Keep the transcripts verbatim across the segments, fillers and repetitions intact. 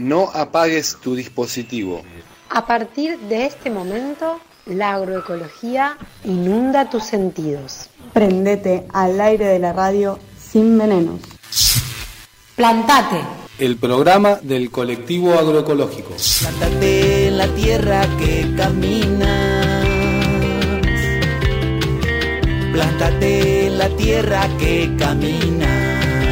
No apagues tu dispositivo. A partir de este momento, la agroecología inunda tus sentidos. Prendete al aire de la radio sin venenos. Plantate. El programa del colectivo agroecológico. Plántate en la tierra que caminas. Plántate en la tierra que caminas.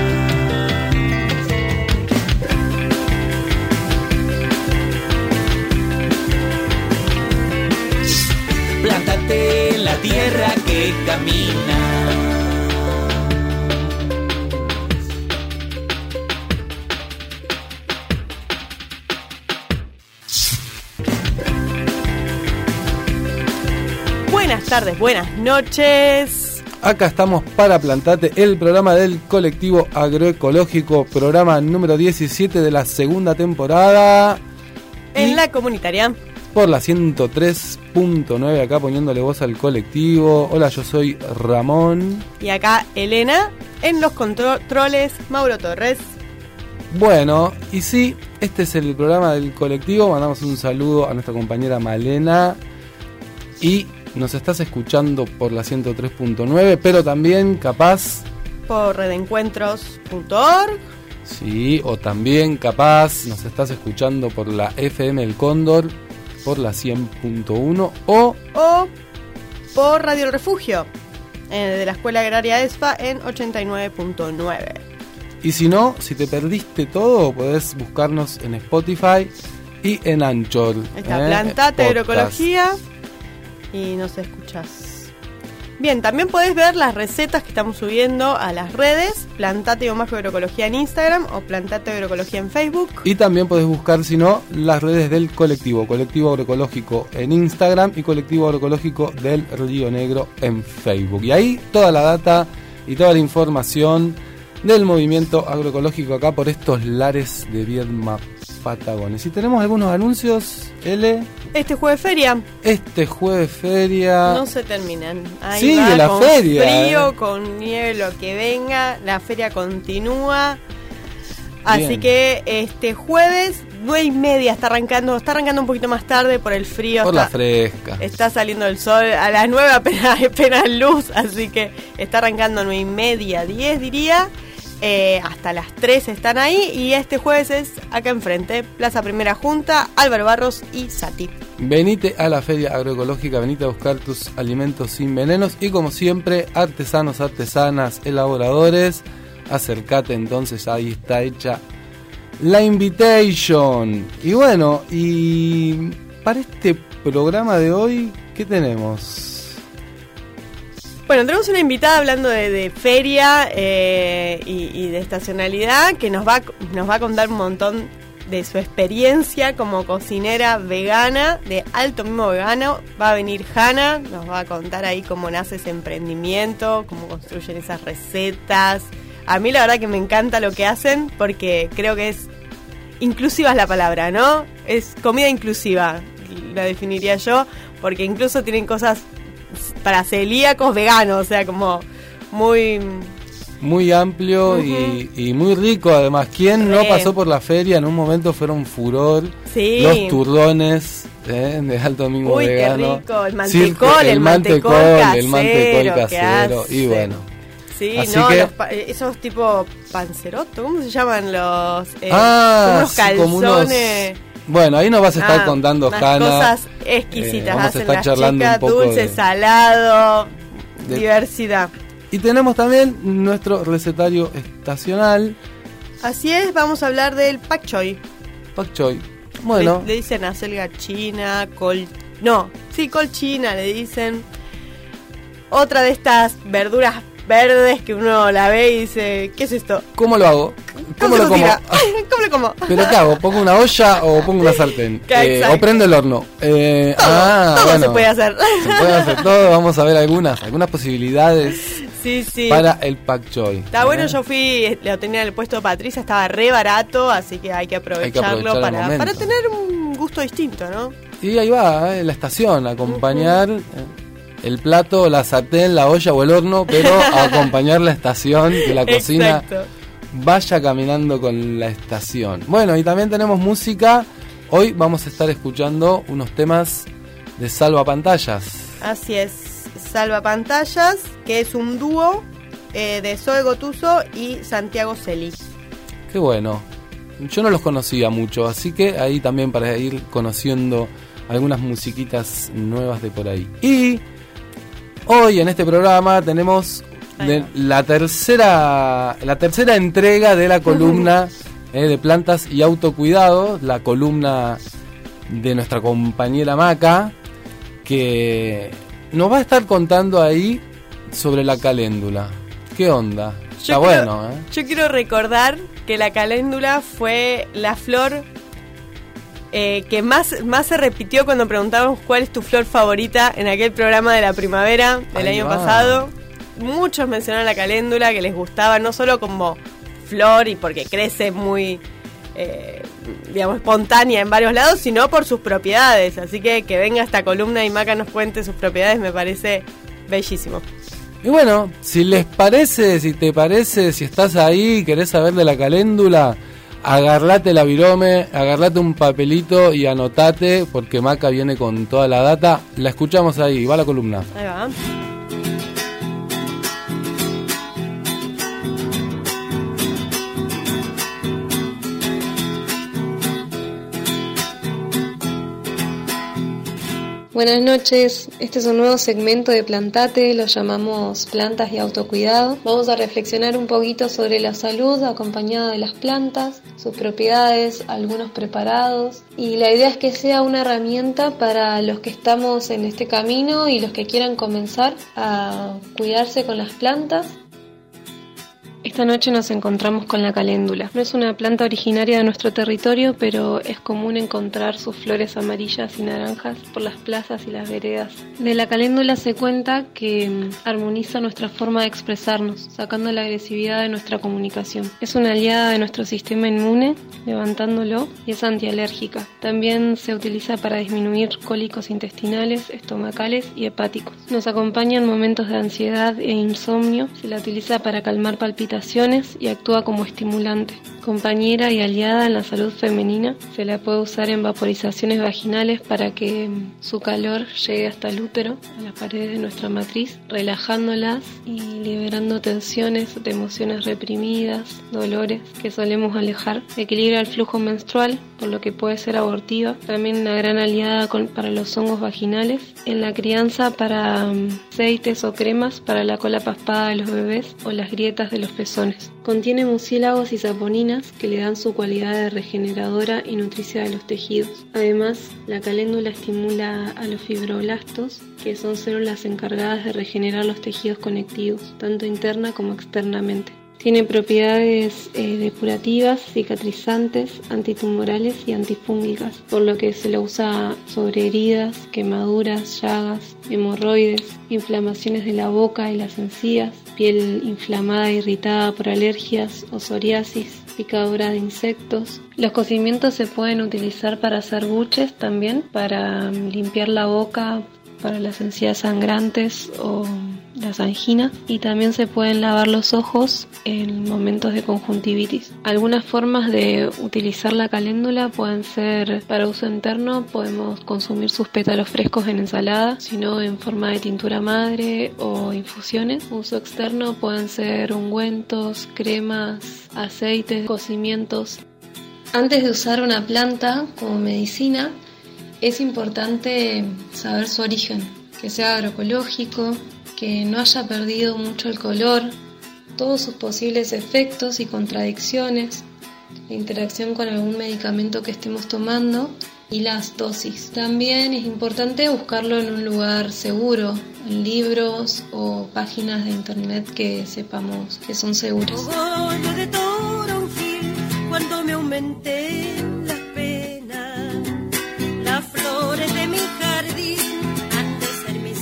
Plántate en la tierra que camina. Buenas tardes, buenas noches. Acá estamos para Plantate, el programa del colectivo agroecológico, programa número diecisiete de la segunda temporada. En y... la comunitaria. Por la ciento tres punto nueve, acá poniéndole voz al colectivo. Hola, yo soy Ramón. Y acá Elena, en los controles, Mauro Torres. Bueno, y sí, este es el programa del colectivo. Mandamos un saludo a nuestra compañera Malena. Y nos estás escuchando por la ciento tres punto nueve, pero también capaz... por redencuentros punto org. Sí, o también capaz nos estás escuchando por la F M El Cóndor, por la cien punto uno o... o por Radio El Refugio, eh, de la Escuela Agraria ESFA en ochenta y nueve punto nueve. Y si no, si te perdiste todo, podés buscarnos en Spotify y en Anchor. Está ¿eh? Plantate Agroecología y nos escuchás. Bien, también podés ver las recetas que estamos subiendo a las redes, Plantate Agroecología en Instagram o Plantate Agroecología en Facebook. Y también podés buscar, si no, las redes del colectivo, Colectivo Agroecológico en Instagram y Colectivo Agroecológico del Río Negro en Facebook. Y ahí toda la data y toda la información del movimiento agroecológico acá por estos lares de Viedma, Patagones. ¿Y tenemos algunos anuncios, L? Este jueves feria. Este jueves feria. No se terminan. Ahí sigue va, la con feria. Frío, eh. con nieve, lo que venga. La feria continúa. Así Bien. que este jueves, nueve y media, está arrancando. Está arrancando un poquito más tarde por el frío. Por está, la fresca. Está saliendo el sol a las nueve apenas, apenas luz. Así que está arrancando nueve y media, diez diría. Eh, hasta las tres están ahí. Y este jueves es acá enfrente, Plaza Primera Junta, Álvaro Barros y Sati. Venite a la feria agroecológica, venite a buscar tus alimentos sin venenos. Y como siempre, artesanos, artesanas, elaboradores, acércate entonces, ahí está hecha la invitation. Y bueno, y para este programa de hoy, ¿qué tenemos? Bueno, tenemos una invitada hablando de, de feria eh, y, y de estacionalidad que nos va, nos va a contar un montón de su experiencia como cocinera vegana, de alto mimo vegano. Va a venir Hanna, nos va a contar ahí cómo nace ese emprendimiento, cómo construyen esas recetas. A mí la verdad que me encanta lo que hacen porque creo que es inclusiva es la palabra, ¿no? Es comida inclusiva, la definiría yo, porque incluso tienen cosas para celíacos veganos, o sea, como muy... Muy amplio uh-huh. y, y muy rico además. ¿Quién no pasó por la feria? En un momento fueron furor. Sí. Los turrones eh, de alto mimo Uy, vegano. Uy, qué rico. El mantecol, sí, el, el mantecol, mantecol casero. El mantecol casero. Y bueno. Sí, así no, que... los pa- esos tipo panzeroto, ¿cómo se llaman los? Eh, ah, unos calzones. Como unos... Bueno, ahí nos vas a estar ah, contando, unas Hanna. Cosas exquisitas, eh, vamos hacen a estar las charlando chicas, un poco dulce, de... salado, de... diversidad. Y tenemos también nuestro recetario estacional. Así es, vamos a hablar del pak choi. Pak choi. Bueno. Le, le dicen acelga china, col... No, sí, col china le dicen. Otra de estas verduras verdes que uno la ve y dice, ¿qué es esto? ¿Cómo lo hago? ¿Cómo, ¿Cómo lo como? ¿Cómo lo como? ¿Pero qué hago? ¿Pongo una olla o pongo una sartén? Eh, ¿O prendo el horno? Eh, todo, ah, todo bueno, se puede hacer. Se puede hacer todo, vamos a ver algunas, algunas posibilidades sí, sí. para el pak choi. Está ¿eh? Bueno, yo fui, lo tenía en el puesto de Patricia, estaba re barato, así que hay que aprovecharlo hay que aprovechar para, para tener un gusto distinto, ¿no? Y ahí va, eh, la estación, acompañar... Uh-huh. eh, el plato, la sartén, la olla o el horno, pero a acompañar la estación de la cocina. Exacto. vaya caminando con la estación. Bueno, y también tenemos música. Hoy vamos a estar escuchando unos temas de Salvapantallas. Así es, Salvapantallas, que es un dúo eh, de Zoe Gotuso y Santiago Celi. Qué bueno. Yo no los conocía mucho, así que ahí también para ir conociendo algunas musiquitas nuevas de por ahí. Y hoy en este programa tenemos de la tercera la tercera entrega de la columna eh, de plantas y autocuidado, la columna de nuestra compañera Maca, que nos va a estar contando ahí sobre la caléndula. ¿Qué onda? Está yo bueno, quiero, ¿eh? Yo quiero recordar que la caléndula fue la flor eh, que más, más se repitió cuando preguntábamos cuál es tu flor favorita en aquel programa de la primavera del Ahí año va. pasado. Muchos mencionaron la caléndula, que les gustaba no solo como flor y porque crece muy, eh, digamos, espontánea en varios lados, sino por sus propiedades. Así que que venga esta columna y Maca nos cuente sus propiedades me parece bellísimo. Y bueno, si les parece, si te parece, si estás ahí y querés saber de la caléndula, agarrate la virome, agarrate un papelito y anotate, porque Maca viene con toda la data. La escuchamos ahí, va la columna. Ahí va. Buenas noches, este es un nuevo segmento de Plantate, lo llamamos Plantas y Autocuidado. Vamos a reflexionar un poquito sobre la salud acompañada de las plantas, sus propiedades, algunos preparados, y la idea es que sea una herramienta para los que estamos en este camino y los que quieran comenzar a cuidarse con las plantas. Esta noche nos encontramos con la caléndula. No es una planta originaria de nuestro territorio, pero es común encontrar sus flores amarillas y naranjas por las plazas y las veredas. De la caléndula se cuenta que armoniza nuestra forma de expresarnos, sacando la agresividad de nuestra comunicación. Es una aliada de nuestro sistema inmune, levantándolo, y es antialérgica. También se utiliza para disminuir cólicos intestinales, estomacales y hepáticos. Nos acompaña en momentos de ansiedad e insomnio. Se la utiliza para calmar palpitaciones y actúa como estimulante. Compañera y aliada en la salud femenina, se la puede usar en vaporizaciones vaginales para que su calor llegue hasta el útero, a las paredes de nuestra matriz, relajándolas y liberando tensiones de emociones reprimidas, dolores que solemos alejar. Equilibra el flujo menstrual, por lo que puede ser abortiva. También una gran aliada con, para los hongos vaginales. En la crianza para um, aceites o cremas para la cola paspada de los bebés o las grietas de los pezones. Contiene mucílagos y saponinas que le dan su cualidad de regeneradora y nutricia de los tejidos. Además, la caléndula estimula a los fibroblastos, que son células encargadas de regenerar los tejidos conectivos, tanto interna como externamente. Tiene propiedades eh, depurativas, cicatrizantes, antitumorales y antifúngicas, por lo que se lo usa sobre heridas, quemaduras, llagas, hemorroides, inflamaciones de la boca y las encías, piel inflamada e irritada por alergias o psoriasis, picadura de insectos. Los cocimientos se pueden utilizar para hacer buches también, para um, limpiar la boca, para las encías sangrantes o las anginas, y también se pueden lavar los ojos en momentos de conjuntivitis. Algunas formas de utilizar la caléndula pueden ser para uso interno, podemos consumir sus pétalos frescos en ensalada, sino en forma de tintura madre o infusiones. Uso externo pueden ser ungüentos, cremas, aceites, cocimientos. Antes de usar una planta como medicina, es importante saber su origen, que sea agroecológico, que no haya perdido mucho el color, todos sus posibles efectos y contradicciones, la interacción con algún medicamento que estemos tomando y las dosis. También es importante buscarlo en un lugar seguro, en libros o páginas de internet que sepamos que son seguras. Orgullo de Toronjil, cuando me aumenté las penas, las flores de mi jardín han de ser mis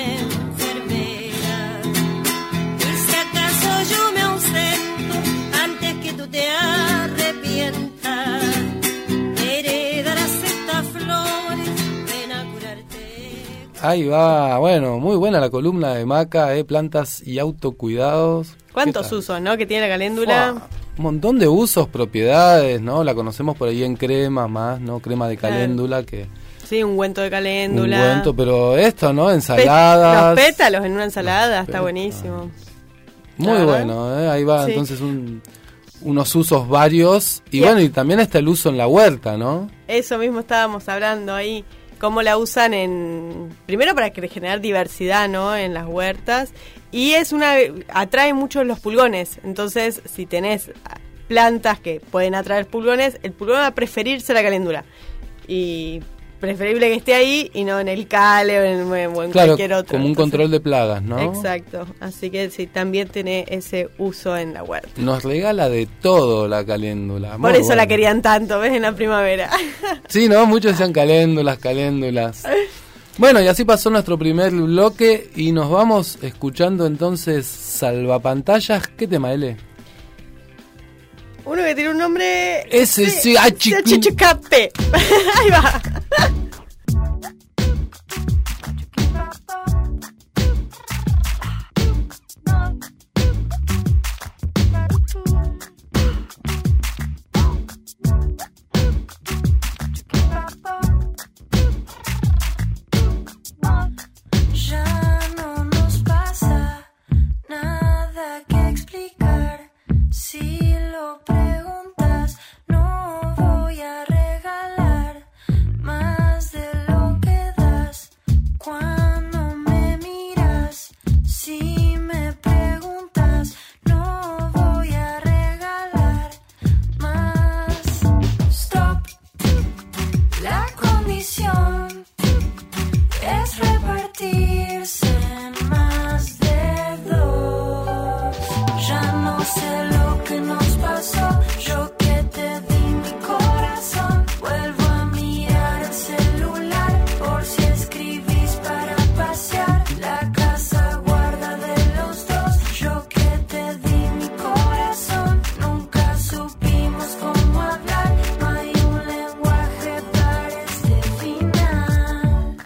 enfermeras. Y si acaso yo me ausento antes que tú te arrepientas, heredarás estas flores, ven a curarte. Ahí va, bueno, muy buena la columna de Maca, eh, plantas y autocuidados. ¿Cuántos ¿Qué tal? usos, no? Que tiene la caléndula. Fua, un montón de usos, propiedades, ¿no? La conocemos por ahí en crema más, ¿no? Crema de caléndula, que... Sí, ungüento de caléndula. Ungüento, pero esto, ¿no? Ensaladas. Los pétalos en una ensalada, está buenísimo. Muy bueno, ¿eh? Ahí va sí. Entonces un, unos usos varios. Y yeah. bueno, y también está el uso en la huerta, ¿no? Eso mismo estábamos hablando ahí. Cómo la usan en... Primero para generar diversidad, ¿no? En las huertas. Y es una... Atrae mucho los pulgones. Entonces, si tenés plantas que pueden atraer pulgones, el pulgón va a preferirse la caléndula. Y... preferible que esté ahí y no en el cale o en, o en claro, cualquier otro. Como un Entonces, control de plagas, ¿no? Exacto. Así que sí, también tiene ese uso en la huerta. Nos regala de todo la caléndula. Por Muy eso bueno. la querían tanto, ¿ves? En la primavera. Sí, ¿no? Muchos decían caléndulas, caléndulas. Bueno, y así pasó nuestro primer bloque y nos vamos escuchando entonces Salvapantallas. ¿Qué tema, L? Uno que tiene un nombre... Ese sí, H K P. Ahí va. Ya no nos pasa nada que explicar. Si lo preguntas, no voy a regalar más de lo que das cuando me miras. Si me preguntas, no voy a regalar más. Stop. La condición es repartirse en más de dos. Ya no sé lo que nos pasó, yo que te di mi corazón. Vuelvo a mirar el celular por si escribís para pasear. La casa guarda de los dos, yo que te di mi corazón. Nunca supimos cómo hablar, no hay un lenguaje para este final.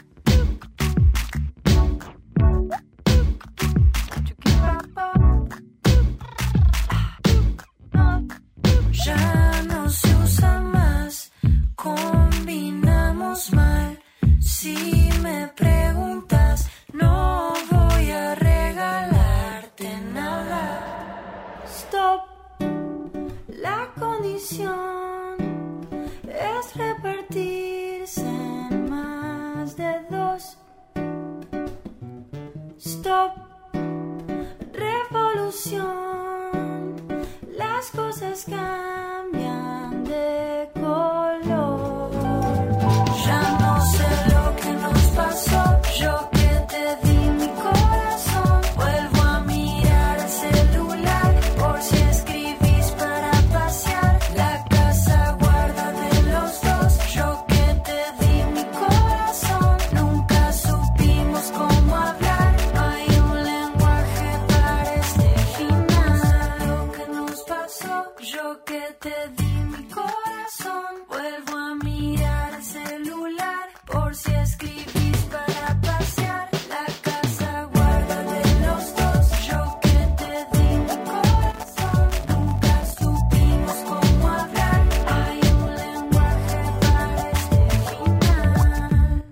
Ya no se usa más, combinamos mal. Si me preguntas, no voy a regalarte nada. Stop. La condición es repartirse en más de dos. Stop. Revolución. Las cosas cambian de color. Ya no sé lo que nos pasó, yo que te di mi corazón. Vuelvo a mirar el celular por si escribís para pasear. La casa guarda de los dos, yo que te di mi corazón. Nunca supimos cómo hablar, no hay un lenguaje para este final. Lo que nos pasó, yo que te di mi corazón. Vuelvo a mirar el celular por si escribís para pasear. La casa guarda de los dos, yo que te di mi corazón. Nunca supimos cómo hablar, hay un lenguaje para este final.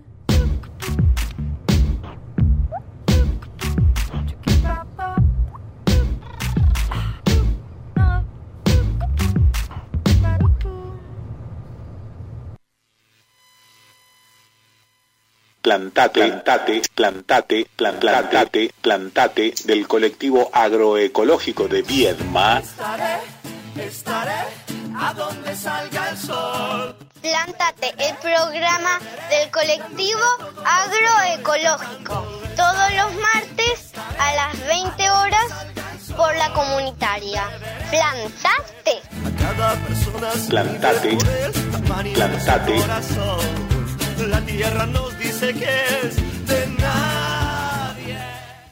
Plantate, plantate, plantate, plantate, plantate del colectivo agroecológico de Viedma. Estaré, estaré a donde salga el sol. Plantate, el programa del colectivo agroecológico, todos los martes a las veinte horas por la comunitaria. ¿Plantaste? Plantate, plantate. La tierra nos dice que es de nadie.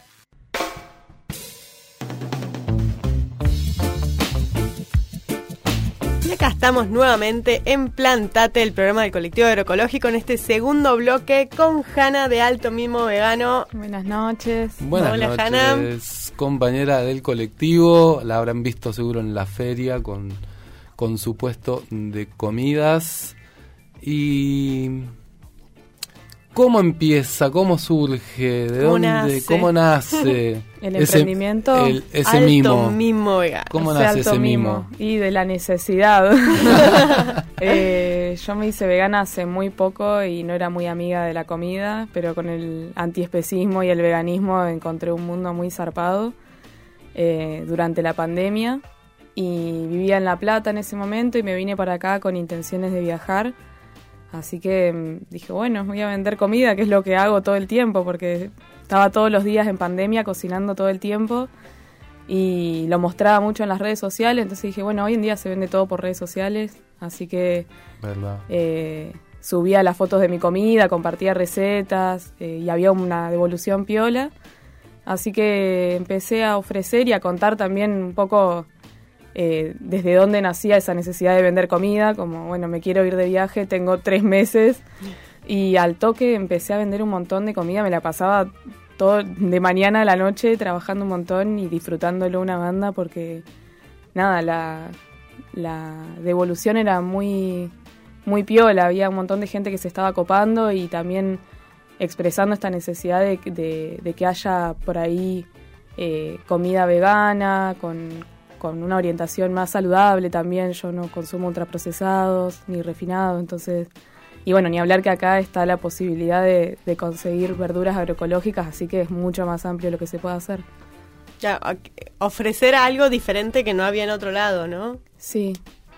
Y acá estamos nuevamente en Plantate, el programa del colectivo agroecológico, en este segundo bloque con Hanna de Alto Mimo Vegano. Buenas noches. Buenas Hola, noches. Hanna. compañera del colectivo, la habrán visto seguro en la feria con, con su puesto de comidas. Y ¿cómo empieza? ¿Cómo surge? ¿De ¿Cómo dónde? nace? ¿Cómo nace? El ese, emprendimiento. el- ese Alto mimo. mimo vegano. ¿Cómo Ese nace alto ese mimo? Y de la necesidad. Eh, yo me hice vegana hace muy poco y no era muy amiga de la comida, pero con el antiespecismo y el veganismo encontré un mundo muy zarpado eh, durante la pandemia. Y vivía en La Plata en ese momento y me vine para acá con intenciones de viajar. Así que mm, dije, bueno, voy a vender comida, que es lo que hago todo el tiempo, porque estaba todos los días en pandemia cocinando todo el tiempo y lo mostraba mucho en las redes sociales. Entonces dije, bueno, hoy en día se vende todo por redes sociales, así que ¿Verdad? eh, subía las fotos de mi comida, compartía recetas eh, y había una devolución piola. Así que empecé a ofrecer y a contar también un poco eh, desde dónde nacía esa necesidad de vender comida, como, bueno, me quiero ir de viaje, tengo tres meses. Y al toque empecé a vender un montón de comida, me la pasaba todo de mañana a la noche trabajando un montón y disfrutándolo una banda porque, nada, la, la devolución era muy, muy piola, había un montón de gente que se estaba copando y también expresando esta necesidad de, de, de que haya por ahí eh, comida vegana, con, con una orientación más saludable también. Yo no consumo ultraprocesados ni refinados, entonces... Y bueno, ni hablar que acá está la posibilidad de, de conseguir verduras agroecológicas, así que es mucho más amplio lo que se puede hacer. Ya, ofrecer algo diferente que no había en otro lado, ¿no? Sí.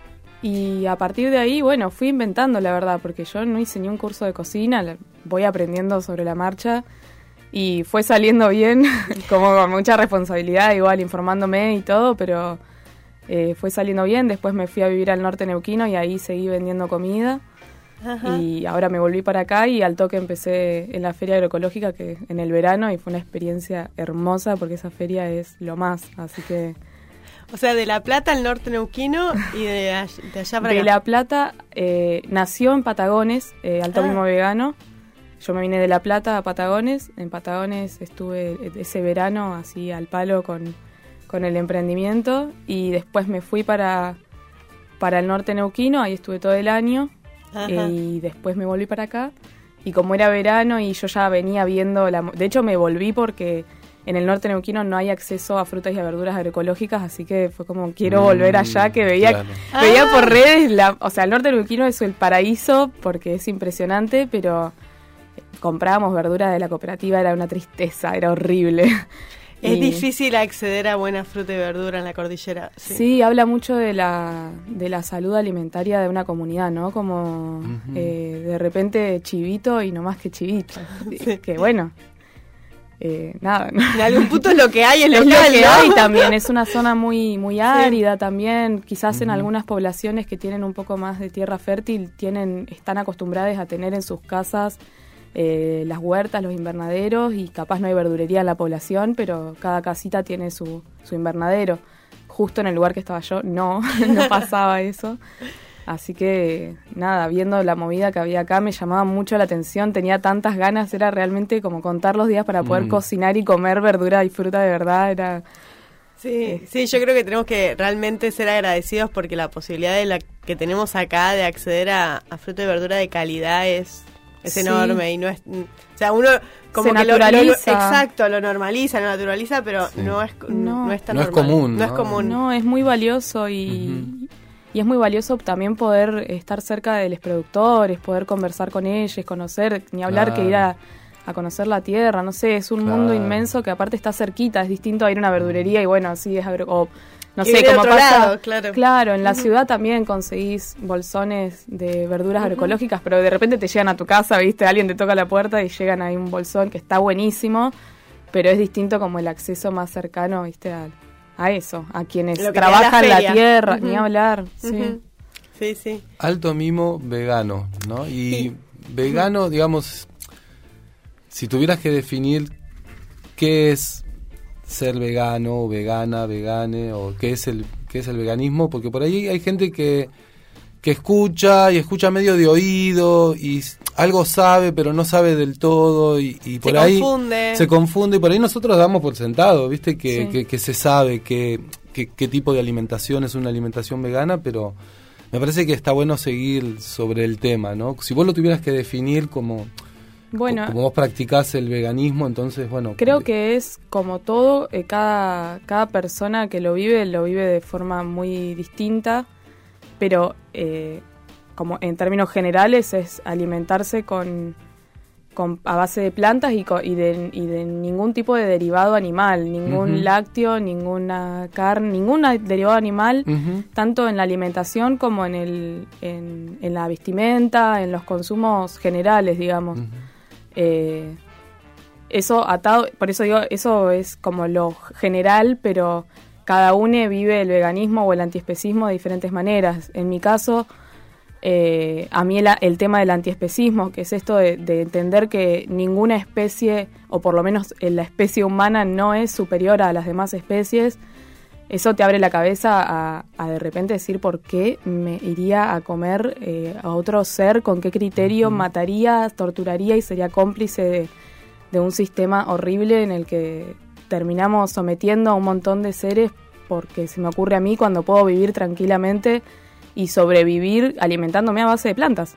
Y a partir de ahí, bueno, fui inventando, la verdad, porque yo no hice ni un curso de cocina, voy aprendiendo sobre la marcha y fue saliendo bien, como con mucha responsabilidad, igual informándome y todo, pero eh, fue saliendo bien. Después me fui a vivir al norte neuquino y ahí seguí vendiendo comida. Ajá. Y ahora me volví para acá y al toque empecé en la feria agroecológica que en el verano y fue una experiencia hermosa porque esa feria es lo más, así que... O sea, de La Plata al norte neuquino y de, all- de allá para De acá. La Plata eh, nació en Patagones, eh, Alto Ah. Mimo Vegano. Yo me vine de La Plata a Patagones. En Patagones estuve ese verano así al palo con, con el emprendimiento y después me fui para, para el norte neuquino, ahí estuve todo el año. Ajá. Y después me volví para acá y como era verano y yo ya venía viendo la, de hecho me volví porque en el norte neuquino no hay acceso a frutas y a verduras agroecológicas, así que fue como quiero Mm, volver allá, que veía claro. veía Ah. por redes la, o sea, el norte neuquino es el paraíso porque es impresionante, pero comprábamos verduras de la cooperativa, era una tristeza, era horrible. Es Y- difícil acceder a buena fruta y verdura en la cordillera. Sí. Sí, habla mucho de la, de la salud alimentaria de una comunidad, ¿no? Como Ujú. eh, de repente chivito y no más que chivito. Sí. Que bueno, eh, nada, ¿no? En algún punto lo que hay es Es local, lo que ¿no? hay también, es una zona muy muy árida también, quizás en Ujú. algunas poblaciones que tienen un poco más de tierra fértil, tienen están acostumbradas a tener en sus casas eh, las huertas, los invernaderos y capaz no hay verdulería en la población, pero cada casita tiene su, su invernadero. Justo en el lugar que estaba yo no, no pasaba eso. Así que nada, viendo la movida que había acá me llamaba mucho la atención, tenía tantas ganas, era realmente como contar los días para poder Mm. cocinar y comer verdura y fruta de verdad, era... Sí, sí, yo creo que tenemos que realmente ser agradecidos porque la posibilidad de la que tenemos acá de acceder a, a fruta y verdura de calidad es, es Sí. enorme y no es, o sea, uno como Se que lo- lo- lo- naturaliza. exacto, lo normaliza, lo naturaliza, pero Sí. no es No. no, es tan No es normal. común, no es ¿no? común. No, es muy valioso y, Ujú. y es muy valioso también poder estar cerca de los productores, poder conversar con ellos, conocer, ni hablar Claro. que ir a, a conocer la tierra, no sé, es un Claro. mundo inmenso que aparte está cerquita, es distinto a ir a una verdulería y bueno, sí es agro... o, no Que sé, ir de como otro pasa... lado, claro. Claro, en la Ujú. ciudad también conseguís bolsones de verduras agroecológicas, pero de repente te llegan a tu casa, viste, alguien te toca la puerta y llegan ahí un bolsón que está buenísimo, pero es distinto como el acceso más cercano, viste, a, a eso, a quienes Lo que te da la trabajan la, feria. tierra, Ujú. ni hablar, sí. Ujú. Sí, sí. Alto mimo vegano, ¿no? Y vegano, digamos, si tuvieras que definir qué es ser vegano, o vegana, vegane, o qué es el qué es el veganismo, porque por ahí hay gente que que escucha y escucha medio de oído y algo sabe pero no sabe del todo y, y por se ahí confunde. se confunde y por ahí nosotros damos por sentado, viste que, Sí. que, que se sabe que, que qué tipo de alimentación es una alimentación vegana, pero me parece que está bueno seguir sobre el tema, ¿no? Si vos lo tuvieras que definir como Bueno, como vos practicás el veganismo, entonces bueno, creo que es como todo, eh, cada, cada persona que lo vive, lo vive de forma muy distinta, pero eh, como en términos generales es alimentarse con, con a base de plantas y, co- y, de, y de ningún tipo de derivado animal, ningún Ujú. lácteo, ninguna carne, ningún a- derivado animal, Ujú. tanto en la alimentación como en, el, en, en la vestimenta, en los consumos generales, digamos. Ujú. Eh, eso atado, por eso digo, eso es como lo general, pero cada uno vive el veganismo o el antiespecismo de diferentes maneras. En mi caso, eh, a mí el, el tema del antiespecismo, que es esto de, de entender que ninguna especie, o por lo menos la especie humana, no es superior a las demás especies, eso te abre la cabeza a, a de repente decir por qué me iría a comer eh, a otro ser, con qué criterio Ujú. mataría, torturaría y sería cómplice de, de un sistema horrible en el que terminamos sometiendo a un montón de seres, porque se me ocurre a mí cuando puedo vivir tranquilamente y sobrevivir alimentándome a base de plantas.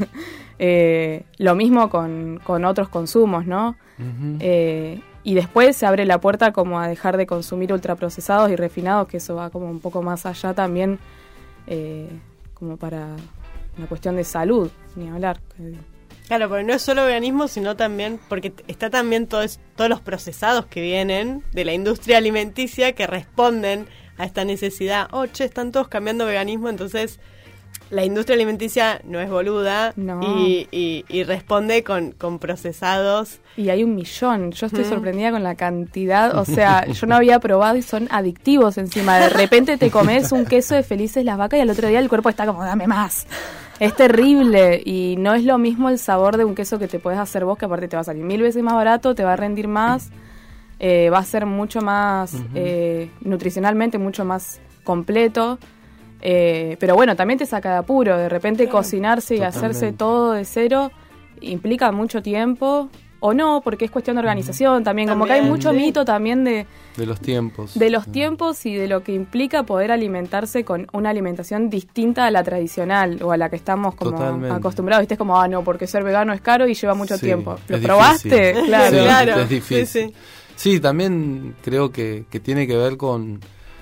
eh, lo mismo con, con otros consumos, ¿no? Ujú. Eh, y después se abre la puerta como a dejar de consumir ultraprocesados y refinados, que eso va como un poco más allá también, eh, como para una cuestión de salud, ni hablar. Claro, porque no es solo veganismo, sino también, porque t- está también todos, todos los procesados que vienen de la industria alimenticia que responden a esta necesidad. Oh, che, están todos cambiando veganismo, entonces la industria alimenticia no es boluda No. y, y, y responde con, con procesados. Y hay un millón, yo estoy Mm. sorprendida con la cantidad, o sea, yo no había probado y son adictivos encima. De repente te comes un queso de Felices las Vacas y al otro día el cuerpo está como, dame más. Es terrible y no es lo mismo el sabor de un queso que te puedes hacer vos, que aparte te va a salir mil veces más barato, te va a rendir más, eh, va a ser mucho más Ujú. eh, nutricionalmente, mucho más completo. Eh, pero bueno, también te saca de apuro, de repente cocinarse y Totalmente. hacerse todo de cero implica mucho tiempo, o no, porque es cuestión de organización también, como que hay También, mucho sí. mito también de, De los tiempos. de los tiempos y de lo que implica poder alimentarse con una alimentación distinta a la tradicional o a la que estamos como Totalmente. acostumbrados, ¿viste? Es como, ah, no, porque ser vegano es caro y lleva mucho Sí, tiempo. ¿Lo es probaste? difícil. Claro. Sí, Claro. es difícil. Sí, sí. Sí, también creo que, que tiene que ver con...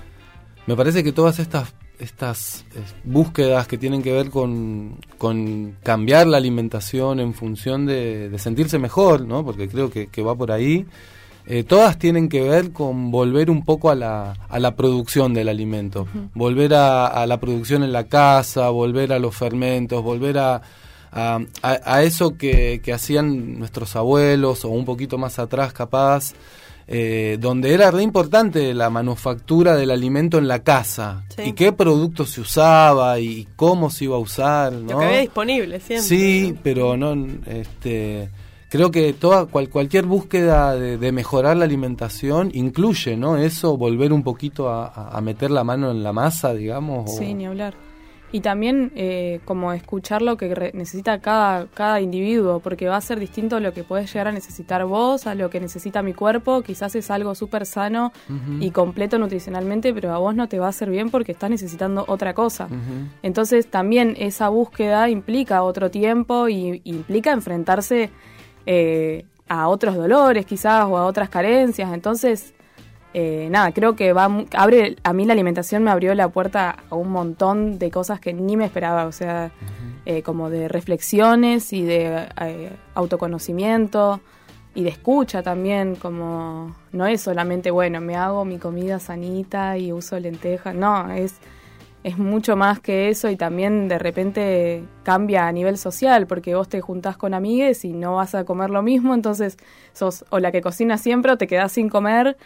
Me parece que todas estas estas eh, búsquedas que tienen que ver con, con cambiar la alimentación en función de, de sentirse mejor, ¿no? Porque creo que, que va por ahí. Eh, todas tienen que ver con volver un poco a la, a la producción del alimento. Ujú. Volver a, a la producción en la casa, volver a los fermentos, volver a... A, a, a eso que, que hacían nuestros abuelos o un poquito más atrás capaz, eh, donde era re importante la manufactura del alimento en la casa, Sí. y qué producto se usaba y cómo se iba a usar, ¿no? Lo que había disponible siempre. Sí, pero no, este, creo que toda cual, cualquier búsqueda de, de mejorar la alimentación incluye, ¿no? Eso, volver un poquito a, a meter la mano en la masa, digamos. o- Sí, ni hablar. Y también eh, como escuchar lo que re- necesita cada, cada individuo, porque va a ser distinto lo que podés llegar a necesitar vos, a lo que necesita mi cuerpo. Quizás es algo súper sano Ujú. y completo nutricionalmente, pero a vos no te va a hacer bien porque estás necesitando otra cosa. Ujú. Entonces también esa búsqueda implica otro tiempo y y implica enfrentarse eh, a otros dolores quizás o a otras carencias. Entonces, eh, nada, creo que va mu- abre a mí la alimentación me abrió la puerta a un montón de cosas que ni me esperaba, o sea, eh, como de reflexiones y de eh, autoconocimiento y de escucha también, como no es solamente, bueno, me hago mi comida sanita y uso lentejas, no, es es mucho más que eso y también de repente cambia a nivel social porque vos te juntás con amigues y no vas a comer lo mismo, entonces sos o la que cocina siempre o te quedás sin comer,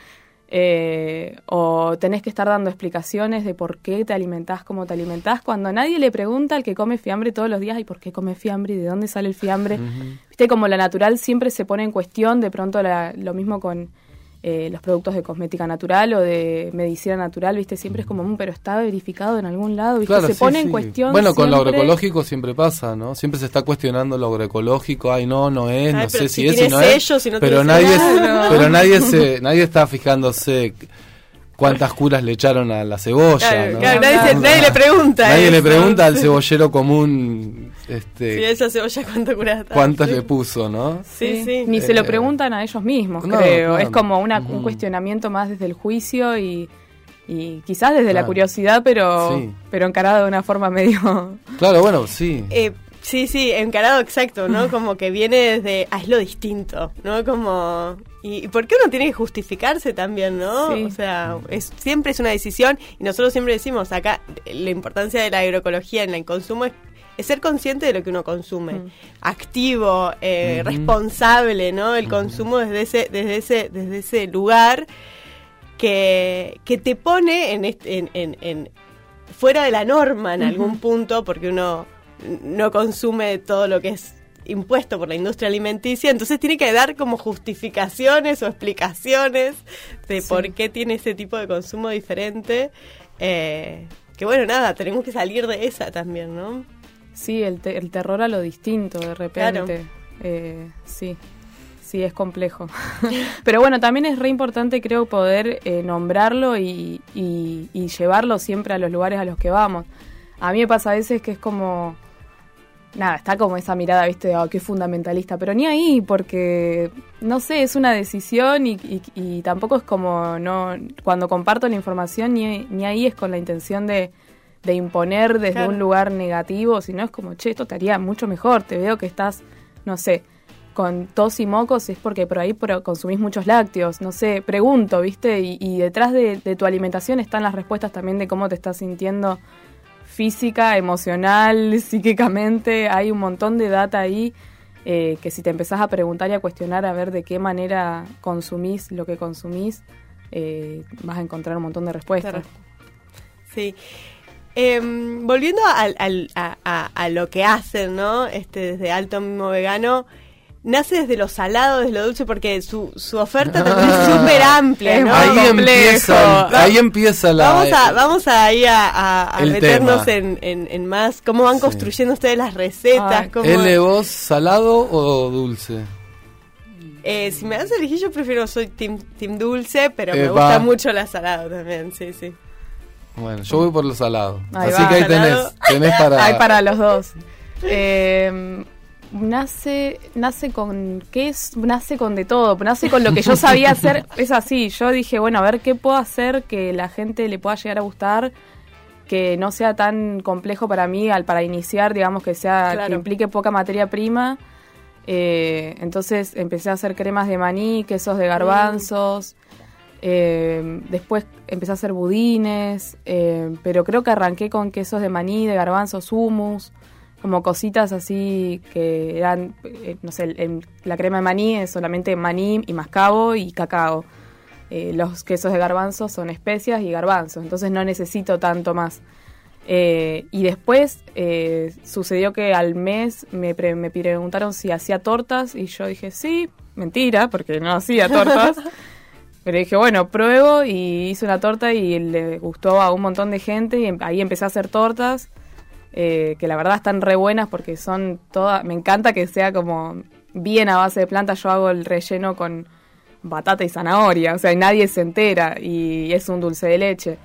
eh, o tenés que estar dando explicaciones de por qué te alimentás como te alimentás cuando nadie le pregunta al que come fiambre todos los días y por qué come fiambre y de dónde sale el fiambre. Ujú. Viste, como la natural siempre se pone en cuestión, de pronto la- lo mismo con eh, los productos de cosmética natural o de medicina natural, ¿viste? Siempre es como, mm, pero está verificado en algún lado, ¿viste? Claro, se sí, pone sí. en cuestión. Bueno, con siempre... lo agroecológico siempre pasa, ¿no? Siempre se está cuestionando lo agroecológico, ay, no, no es, Ay, no sé si si es, si no sello, es. si no pero tiene nadie, sello, no. pero nadie se, nadie está fijándose cuántas curas le echaron a la cebolla, Claro, ¿no? claro, nadie, se- nadie le pregunta. Nadie eso. le pregunta al cebollero común, este, Sí, esa cebolla cuánto curada está. cuántas Sí. le puso, ¿no? Sí, sí. Ni Eh, se lo preguntan a ellos mismos, no, creo. claro. Es como una, un Ujú. cuestionamiento más desde el juicio y, y quizás desde la Claro. curiosidad, pero, Sí. pero encarado de una forma medio... Claro, bueno, sí. Eh, sí, sí, encarado exacto, ¿no? Como que viene desde, ah, es lo distinto, ¿no? Como, ¿y, y por qué uno tiene que justificarse también, no? Sí. O sea, es, siempre es una decisión y nosotros siempre decimos acá, la importancia de la agroecología en el consumo es, es ser consciente de lo que uno consume, Mm. activo, eh, Ujú. responsable, ¿no? El consumo desde ese, desde ese, desde ese lugar que, que te pone en, este, en, en, en fuera de la norma en algún punto, porque uno no consume todo lo que es impuesto por la industria alimenticia, entonces tiene que dar como justificaciones o explicaciones de Sí. por qué tiene ese tipo de consumo diferente. Eh, que bueno, nada, tenemos que salir de esa también, ¿no? Sí, el, te- el terror a lo distinto, de repente. Claro. Eh, sí, sí, es complejo. Pero bueno, también es re importante, creo, poder eh, nombrarlo y, y, y llevarlo siempre a los lugares a los que vamos. A mí me pasa a veces que es como... Nada, está como esa mirada, viste, de oh, qué fundamentalista, pero ni ahí, porque, no sé, es una decisión y, y, y tampoco es como, no cuando comparto la información, ni, ni ahí es con la intención de, de imponer desde Claro. un lugar negativo, sino es como, che, esto te haría mucho mejor, te veo que estás, no sé, con tos y mocos, es porque por ahí por- consumís muchos lácteos, no sé, pregunto, viste, y, y detrás de, de tu alimentación están las respuestas también de cómo te estás sintiendo física, emocional, psíquicamente, hay un montón de data ahí eh, que si te empezás a preguntar y a cuestionar a ver de qué manera consumís lo que consumís, eh, vas a encontrar un montón de respuestas. Claro. Sí. Em, volviendo al, al- a, a- a lo que hacen, ¿no? Este, desde Alto Mimo Vegano, nace desde lo salado, desde lo dulce, porque su, su oferta también es súper amplia, ¿no? Ahí Complejo. empieza, ahí empieza la... Vamos a, vamos a ahí a, a- a el meternos tema. en, en, en más, cómo van Sí. construyendo ustedes las recetas, Ay. cómo... ¿L vos salado o dulce? Eh, si me das a elegir, yo prefiero, soy team, team dulce, pero me Eh, gusta va. mucho la salado también, sí, sí. Bueno, yo voy por lo salado. Ahí Así va. que ahí Salado. tenés, tenés para... Hay para los dos. Eh, nace, nace con, ¿qué es? Nace con de todo, nace con lo que yo sabía hacer, es así, yo dije, bueno, a ver qué puedo hacer que la gente le pueda llegar a gustar, que no sea tan complejo para mí, al para iniciar, digamos, que sea, Claro. que implique poca materia prima. Eh, entonces empecé a hacer cremas de maní, quesos de garbanzos, eh, después empecé a hacer budines, eh, pero creo que arranqué con quesos de maní, de garbanzos, hummus, como cositas así que eran, eh, no sé, el- el- la crema de maní es solamente maní y mascabo y cacao. Eh, los quesos de garbanzos son especias y garbanzos, entonces no necesito tanto más. Eh, y después eh, sucedió que al mes me, pre- me preguntaron si hacía tortas y yo dije sí, mentira, porque no hacía tortas. Pero dije, bueno, pruebo y hice una torta y le gustó a un montón de gente y em- ahí empecé a hacer tortas, eh, que la verdad están re buenas porque son todas, me encanta que sea como bien a base de plantas. Yo hago el relleno con batata y zanahoria, o sea, y nadie se entera y es un dulce de leche.